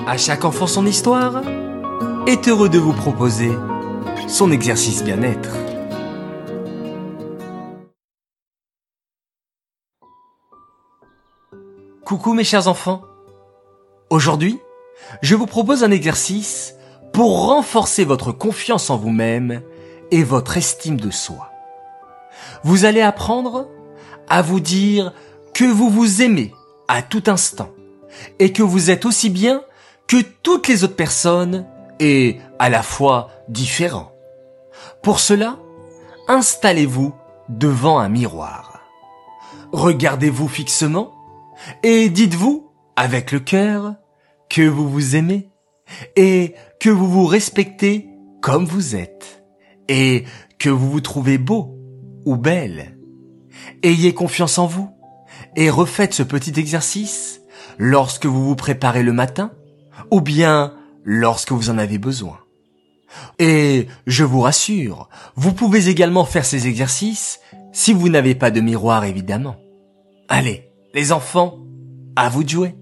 À chaque enfant son histoire est heureux de vous proposer son exercice bien-être. Coucou mes chers enfants. Aujourd'hui, je vous propose un exercice pour renforcer votre confiance en vous-même et votre estime de soi. Vous allez apprendre à vous dire que vous vous aimez à tout instant et que vous êtes aussi bien que toutes les autres personnes et à la fois différents. Pour cela, installez-vous devant un miroir. Regardez-vous fixement et dites-vous avec le cœur que vous vous aimez et que vous vous respectez comme vous êtes et que vous vous trouvez beau ou belle. Ayez confiance en vous et refaites ce petit exercice lorsque vous vous préparez le matin ou bien lorsque vous en avez besoin. Et je vous rassure, vous pouvez également faire ces exercices si vous n'avez pas de miroir évidemment. Allez, les enfants, à vous de jouer.